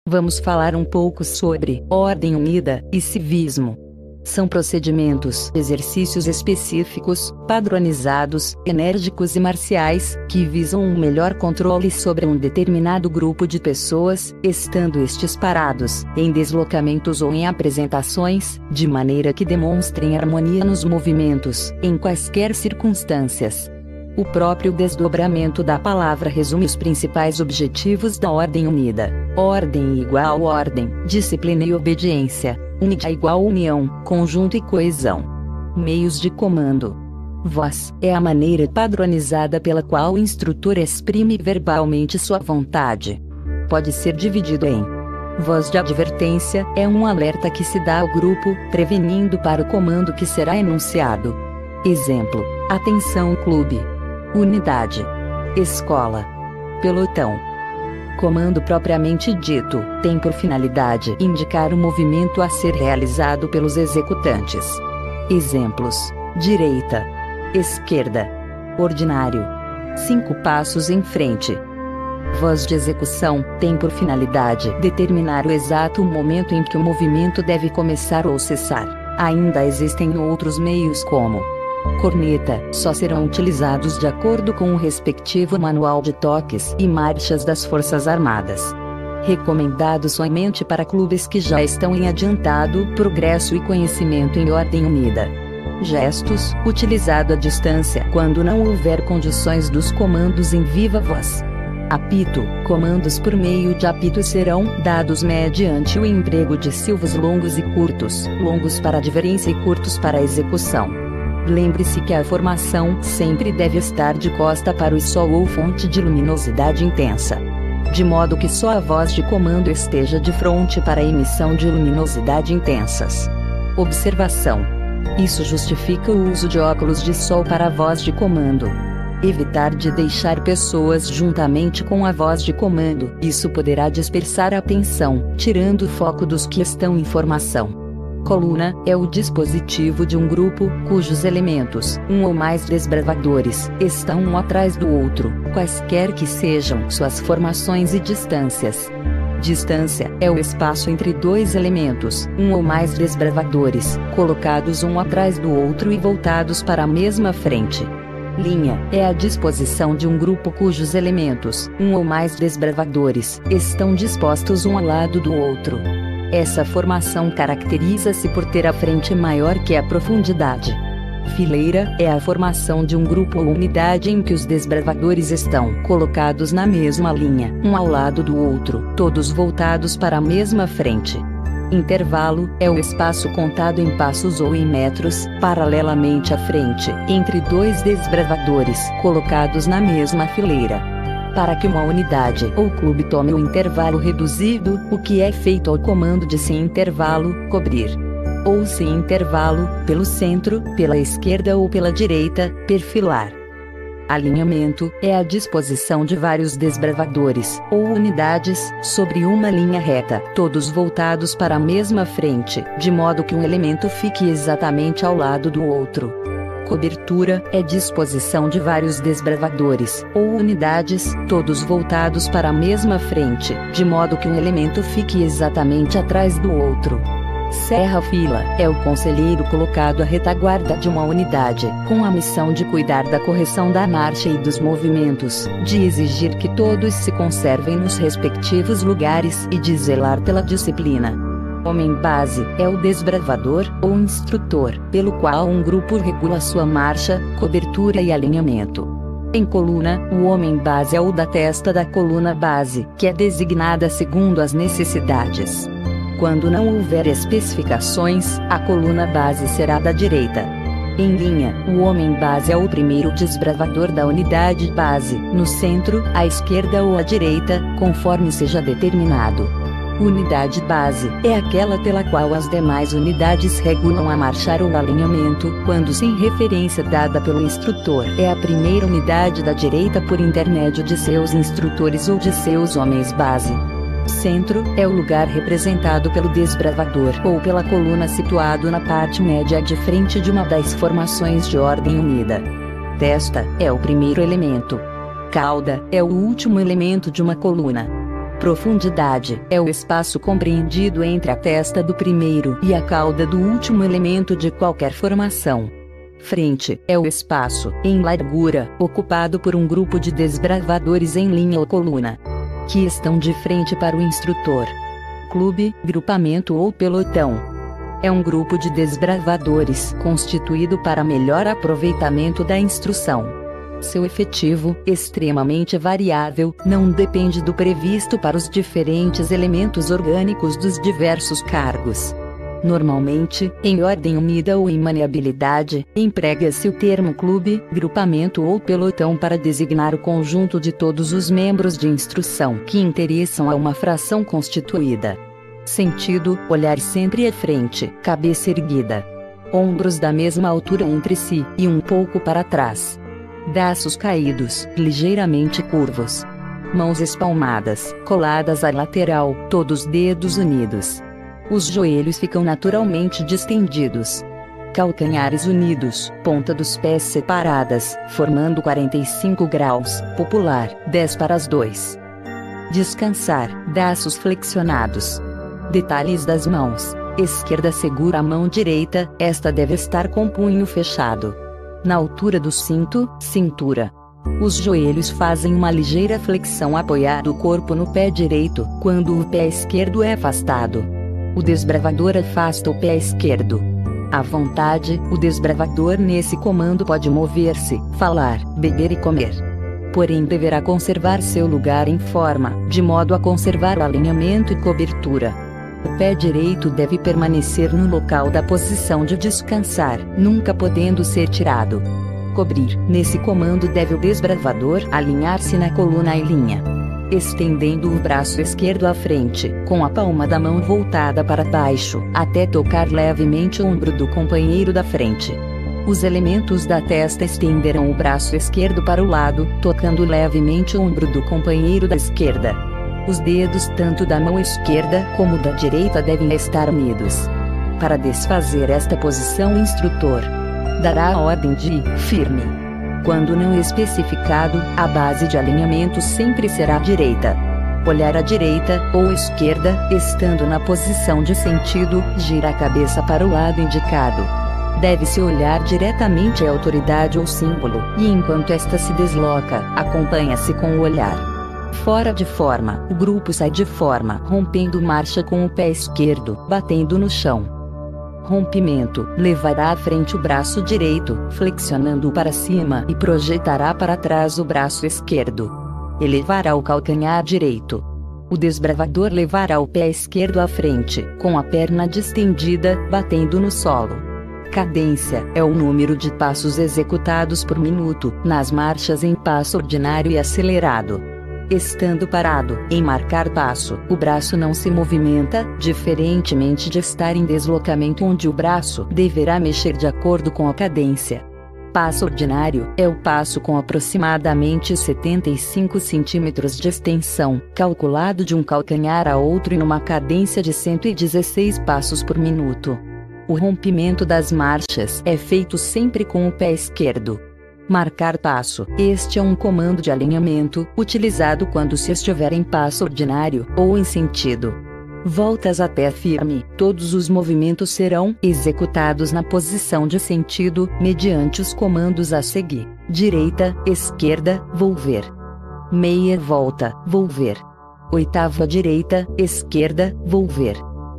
Vamos falar um pouco sobre ordem unida e civismo. São procedimentos, exercícios específicos, padronizados, enérgicos e marciais, que visam um melhor controle sobre um determinado grupo de pessoas, estando estes parados, em deslocamentos ou em apresentações, de maneira que demonstrem harmonia nos movimentos, em quaisquer circunstâncias. O próprio desdobramento da palavra resume os principais objetivos da ordem unida. Ordem igual ordem, disciplina e obediência. Unidade igual união, conjunto e coesão. Meios de comando. Voz é a maneira padronizada pela qual o instrutor exprime verbalmente sua vontade. Pode ser dividido em voz de advertência, é um alerta que se dá ao grupo, prevenindo para o comando que será enunciado. Exemplo: atenção clube. Unidade. Escola. Pelotão. Comando propriamente dito, tem por finalidade indicar o movimento a ser realizado pelos executantes. Exemplos: direita, esquerda, ordinário, 5 passos em frente. Voz de execução tem por finalidade determinar o exato momento em que o movimento deve começar ou cessar. Ainda existem outros meios como corneta, só serão utilizados de acordo com o respectivo manual de toques e marchas das Forças Armadas. Recomendado somente para clubes que já estão em adiantado progresso e conhecimento em ordem unida. Gestos, utilizado à distância quando não houver condições dos comandos em viva voz. Apito, comandos por meio de apito serão dados mediante o emprego de silvos longos e curtos, longos para adverência e curtos para execução. Lembre-se que a formação sempre deve estar de costa para o sol ou fonte de luminosidade intensa, de modo que só a voz de comando esteja de frente para a emissão de luminosidade intensas. Observação: isso justifica o uso de óculos de sol para a voz de comando. Evitar de deixar pessoas juntamente com a voz de comando, isso poderá dispersar a atenção, tirando o foco dos que estão em formação. Coluna é o dispositivo de um grupo, cujos elementos, um ou mais desbravadores, estão um atrás do outro, quaisquer que sejam suas formações e distâncias. Distância é o espaço entre dois elementos, um ou mais desbravadores, colocados um atrás do outro e voltados para a mesma frente. Linha é a disposição de um grupo cujos elementos, um ou mais desbravadores, estão dispostos um ao lado do outro. Essa formação caracteriza-se por ter a frente maior que a profundidade. Fileira é a formação de um grupo ou unidade em que os desbravadores estão colocados na mesma linha, um ao lado do outro, todos voltados para a mesma frente. Intervalo é o espaço contado em passos ou em metros, paralelamente à frente, entre dois desbravadores colocados na mesma fileira. Para que uma unidade ou clube tome o intervalo reduzido, o que é feito ao comando de sem intervalo, cobrir. Ou sem intervalo, pelo centro, pela esquerda ou pela direita, perfilar. Alinhamento é a disposição de vários desbravadores, ou unidades, sobre uma linha reta, todos voltados para a mesma frente, de modo que um elemento fique exatamente ao lado do outro. Cobertura é disposição de vários desbravadores, ou unidades, todos voltados para a mesma frente, de modo que um elemento fique exatamente atrás do outro. Serra-fila é o conselheiro colocado à retaguarda de uma unidade, com a missão de cuidar da correção da marcha e dos movimentos, de exigir que todos se conservem nos respectivos lugares e de zelar pela disciplina. Homem-base é o desbravador, ou instrutor, pelo qual um grupo regula sua marcha, cobertura e alinhamento. Em coluna, o homem-base é o da testa da coluna base, que é designada segundo as necessidades. Quando não houver especificações, a coluna base será da direita. Em linha, o homem-base é o primeiro desbravador da unidade base, no centro, à esquerda ou à direita, conforme seja determinado. Unidade base é aquela pela qual as demais unidades regulam a marchar ou alinhamento, quando sem referência dada pelo instrutor. É a primeira unidade da direita por intermédio de seus instrutores ou de seus homens base. Centro é o lugar representado pelo desbravador ou pela coluna situado na parte média de frente de uma das formações de ordem unida. Testa é o primeiro elemento. Cauda é o último elemento de uma coluna. Profundidade é o espaço compreendido entre a testa do primeiro e a cauda do último elemento de qualquer formação. Frente é o espaço, em largura, ocupado por um grupo de desbravadores em linha ou coluna, que estão de frente para o instrutor. Clube, grupamento ou pelotão é um grupo de desbravadores constituído para melhor aproveitamento da instrução. Seu efetivo, extremamente variável, não depende do previsto para os diferentes elementos orgânicos dos diversos cargos. Normalmente, em ordem unida ou em maniabilidade, emprega-se o termo clube, grupamento ou pelotão para designar o conjunto de todos os membros de instrução que interessam a uma fração constituída. Sentido: olhar sempre à frente, cabeça erguida, ombros da mesma altura entre si e um pouco para trás, braços caídos, ligeiramente curvos, mãos espalmadas, coladas à lateral, todos dedos unidos. Os joelhos ficam naturalmente distendidos. Calcanhares unidos, ponta dos pés separadas, formando 45 graus, popular, 10 para as 2. Descansar, braços flexionados. Detalhes das mãos. Esquerda segura a mão direita, esta deve estar com o punho fechado na altura do cinto, cintura. Os joelhos fazem uma ligeira flexão apoiado o corpo no pé direito, quando o pé esquerdo é afastado. O desbravador afasta o pé esquerdo. À vontade, o desbravador nesse comando pode mover-se, falar, beber e comer. Porém deverá conservar seu lugar em forma, de modo a conservar o alinhamento e cobertura. O pé direito deve permanecer no local da posição de descansar, nunca podendo ser tirado. Cobrir. Nesse comando deve o desbravador alinhar-se na coluna e linha, estendendo o braço esquerdo à frente, com a palma da mão voltada para baixo, até tocar levemente o ombro do companheiro da frente. Os elementos da testa estenderão o braço esquerdo para o lado, tocando levemente o ombro do companheiro da esquerda. Os dedos tanto da mão esquerda como da direita devem estar unidos. Para desfazer esta posição, o instrutor dará a ordem de firme. Quando não especificado, a base de alinhamento sempre será direita. Olhar à direita ou esquerda, estando na posição de sentido, gira a cabeça para o lado indicado. Deve-se olhar diretamente à autoridade ou símbolo, e enquanto esta se desloca, acompanha-se com o olhar. Fora de forma, o grupo sai de forma, rompendo marcha com o pé esquerdo, batendo no chão. Rompimento: levará à frente o braço direito, flexionando-o para cima e projetará para trás o braço esquerdo. Elevará o calcanhar direito. O desbravador levará o pé esquerdo à frente, com a perna distendida, batendo no solo. Cadência é o número de passos executados por minuto, nas marchas em passo ordinário e acelerado. Estando parado, em marcar passo, o braço não se movimenta, diferentemente de estar em deslocamento, onde o braço deverá mexer de acordo com a cadência. Passo ordinário é o passo com aproximadamente 75 cm de extensão, calculado de um calcanhar a outro e numa cadência de 116 passos por minuto. O rompimento das marchas é feito sempre com o pé esquerdo. Marcar passo: este é um comando de alinhamento, utilizado quando se estiver em passo ordinário, ou em sentido. Voltas a pé firme: todos os movimentos serão executados na posição de sentido, mediante os comandos a seguir: direita, esquerda, volver. Meia volta, volver. Oitava direita, esquerda, volver.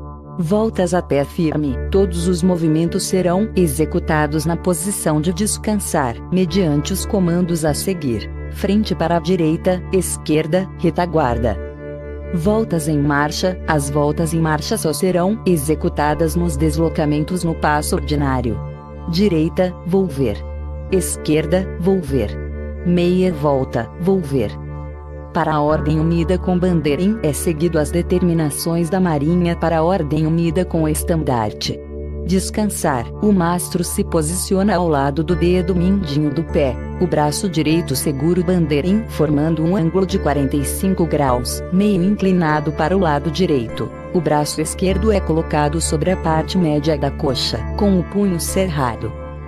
Voltas a pé firme: todos os movimentos serão executados na posição de descansar, mediante os comandos a seguir: frente para a direita, esquerda, retaguarda. Voltas em marcha: as voltas em marcha só serão executadas nos deslocamentos no passo ordinário. Direita, volver. Esquerda, volver. Meia volta, volver. Para a ordem unida com bandeirim, é seguido as determinações da Marinha para a ordem unida com estandarte. Descansar: o mastro se posiciona ao lado do dedo mindinho do pé, o braço direito segura o bandeirim, formando um ângulo de 45 graus, meio inclinado para o lado direito. O braço esquerdo é colocado sobre a parte média da coxa, com o punho cerrado.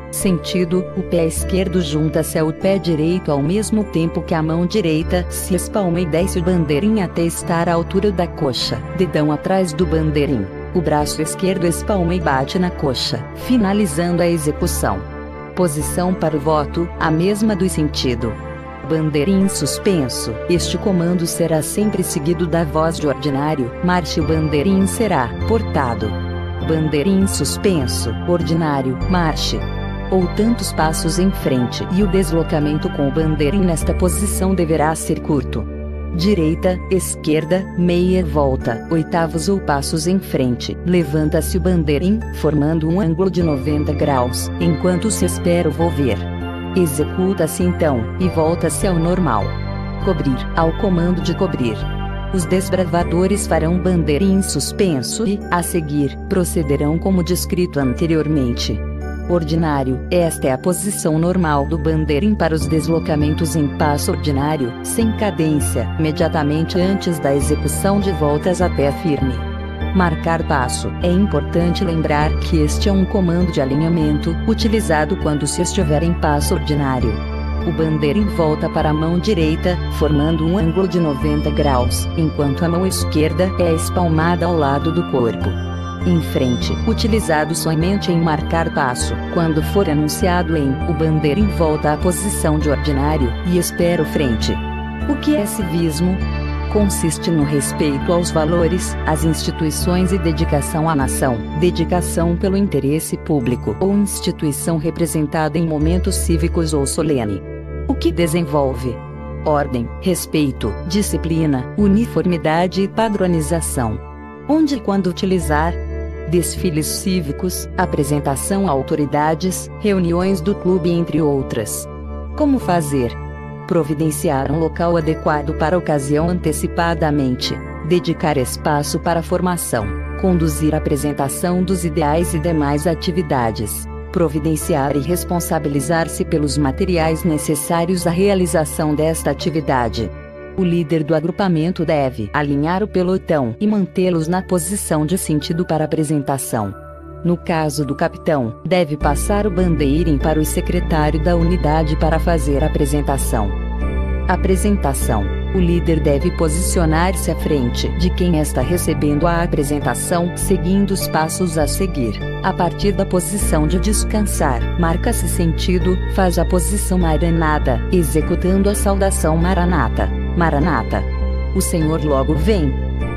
Sentido: o pé esquerdo junta-se ao pé direito ao mesmo tempo que a mão direita se espalma e desce o bandeirim até estar à altura da coxa, dedão atrás do bandeirim. O braço esquerdo espalma e bate na coxa, finalizando a execução. Posição para o voto: a mesma do sentido. Bandeirim suspenso: este comando será sempre seguido da voz de ordinário, marche. O bandeirim será portado. Bandeirim suspenso, ordinário, marche. Ou tantos passos em frente, e o deslocamento com o bandeirim nesta posição deverá ser curto. Direita, esquerda, meia volta, oitavos ou passos em frente, levanta-se o bandeirim, formando um ângulo de 90 graus, enquanto se espera o volver. Executa-se então, e volta-se ao normal. Cobrir: ao comando de cobrir. Os desbravadores farão bandeirim suspenso e, a seguir, procederão como descrito anteriormente. Ordinário: esta é a posição normal do bandeirim para os deslocamentos em passo ordinário, sem cadência, imediatamente antes da execução de voltas a pé firme. Marcar passo: é importante lembrar que este é um comando de alinhamento, utilizado quando se estiver em passo ordinário. O bandeirim volta para a mão direita, formando um ângulo de 90 graus, enquanto a mão esquerda é espalmada ao lado do corpo. Em frente: utilizado somente em marcar passo, quando for anunciado em o bandeirim volta à posição de ordinário, e espera o frente. O que é civismo? Consiste no respeito aos valores, às instituições e dedicação à nação, dedicação pelo interesse público ou instituição representada em momentos cívicos ou solene. O que desenvolve? Ordem, respeito, disciplina, uniformidade e padronização. Onde e quando utilizar? Desfiles cívicos, apresentação a autoridades, reuniões do clube, entre outras. Como fazer? Providenciar um local adequado para a ocasião antecipadamente, dedicar espaço para a formação, conduzir a apresentação dos ideais e demais atividades, providenciar e responsabilizar-se pelos materiais necessários à realização desta atividade. O líder do agrupamento deve alinhar o pelotão e mantê-los na posição de sentido para a apresentação. No caso do capitão, deve passar o bandeirim para o secretário da unidade para fazer a apresentação. Apresentação: o líder deve posicionar-se à frente de quem está recebendo a apresentação, seguindo os passos a seguir. A partir da posição de descansar, marca-se sentido, faz a posição maranata, executando a saudação maranata. Maranata. O Senhor logo vem.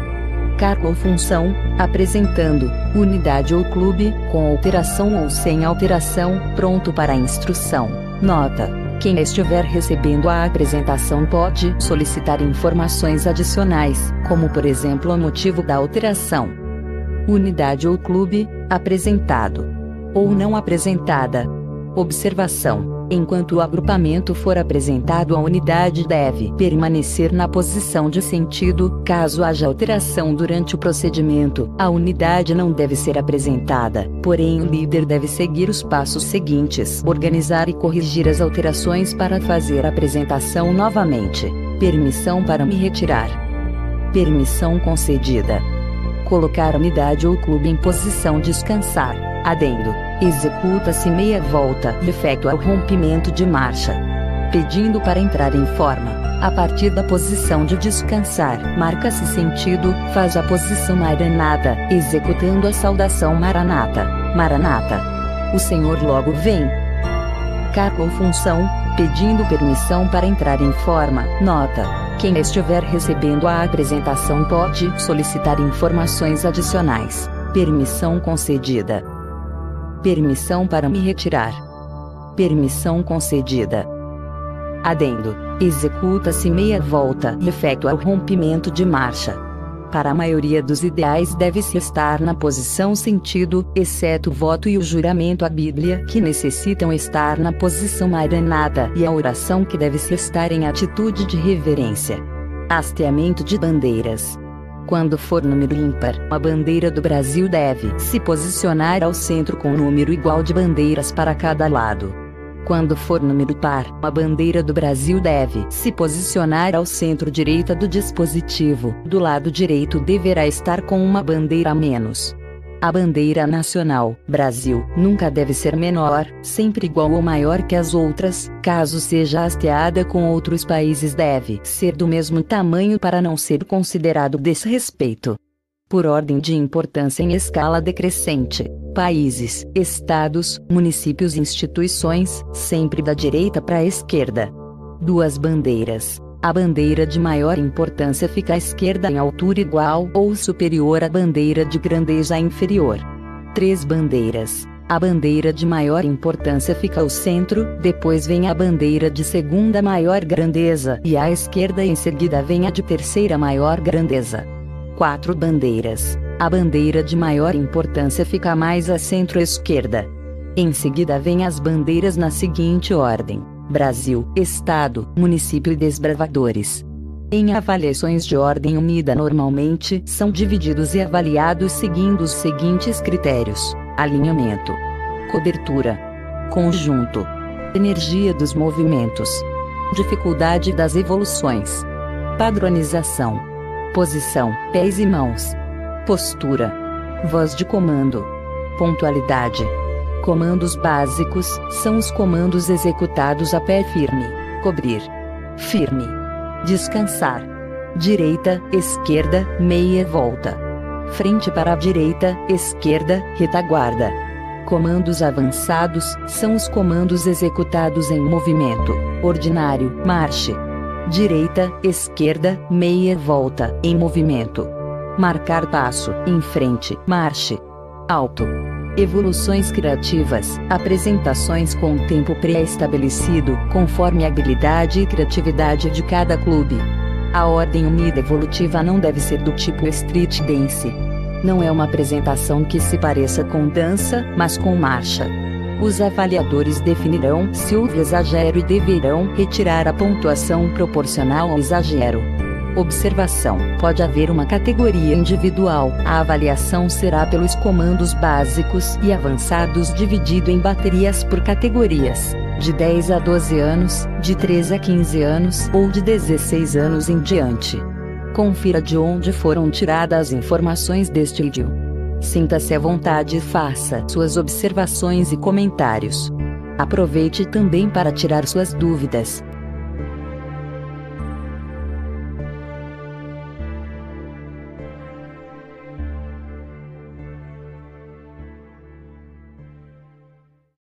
Cargo ou função: apresentando, unidade ou clube, com alteração ou sem alteração, pronto para a instrução. Nota: quem estiver recebendo a apresentação pode solicitar informações adicionais, como por exemplo o motivo da alteração. Unidade ou clube, apresentado ou não apresentada. Observação: enquanto o agrupamento for apresentado, a unidade deve permanecer na posição de sentido. Caso haja alteração durante o procedimento, a unidade não deve ser apresentada, porém o líder deve seguir os passos seguintes: organizar e corrigir as alterações para fazer a apresentação novamente. Permissão para me retirar. Permissão concedida. Colocar a unidade ou clube em posição descansar. Adendo: executa-se meia volta e efetua o rompimento de marcha. Pedindo para entrar em forma: a partir da posição de descansar, marca-se sentido, faz a posição maranata, executando a saudação maranata. Maranata. O Senhor logo vem. Cargo ou função: pedindo permissão para entrar em forma. Nota: quem estiver recebendo a apresentação pode solicitar informações adicionais. Permissão concedida. Permissão para me retirar. Permissão concedida. Adendo: executa-se meia volta e efetua o rompimento de marcha. Para a maioria dos ideais deve-se estar na posição sentido, exceto o voto e o juramento à Bíblia, que necessitam estar na posição maranata, e a oração, que deve-se estar em atitude de reverência. Hasteamento de bandeiras. Quando for número ímpar, a bandeira do Brasil deve se posicionar ao centro com um número igual de bandeiras para cada lado. Quando for número par, a bandeira do Brasil deve se posicionar ao centro-direita do dispositivo. Do lado direito deverá estar com uma bandeira a menos. A bandeira nacional, Brasil, nunca deve ser menor, sempre igual ou maior que as outras, caso seja hasteada com outros países deve ser do mesmo tamanho para não ser considerado desrespeito. Por ordem de importância em escala decrescente, países, estados, municípios e instituições, sempre da direita para a esquerda. 2 bandeiras. A bandeira de maior importância fica à esquerda em altura igual ou superior à bandeira de grandeza inferior. 3 bandeiras. A bandeira de maior importância fica ao centro, depois vem a bandeira de segunda maior grandeza e à esquerda em seguida vem a de terceira maior grandeza. 4 bandeiras. A bandeira de maior importância fica mais à centro-esquerda. Em seguida vem as bandeiras na seguinte ordem: Brasil, Estado, Município e Desbravadores. Em avaliações de ordem unida normalmente são divididos e avaliados seguindo os seguintes critérios: alinhamento, cobertura, conjunto, energia dos movimentos, dificuldade das evoluções, padronização, posição, pés e mãos, postura, voz de comando, pontualidade. Comandos básicos são os comandos executados a pé firme, cobrir, firme, descansar, direita, esquerda, meia volta, frente para a direita, esquerda, retaguarda. Comandos avançados são os comandos executados em movimento ordinário, marche, direita, esquerda, meia volta, em movimento, marcar passo, em frente, marche, alto. Evoluções criativas, apresentações com tempo pré-estabelecido, conforme a habilidade e criatividade de cada clube. A ordem unida evolutiva não deve ser do tipo street dance. Não é uma apresentação que se pareça com dança, mas com marcha. Os avaliadores definirão se houve exagero e deverão retirar a pontuação proporcional ao exagero. Observação: pode haver uma categoria individual. A avaliação será pelos comandos básicos e avançados dividido em baterias por categorias, de 10 a 12 anos, de 13 a 15 anos ou de 16 anos em diante. Confira de onde foram tiradas as informações deste vídeo. Sinta-se à vontade e faça suas observações e comentários. Aproveite também para tirar suas dúvidas,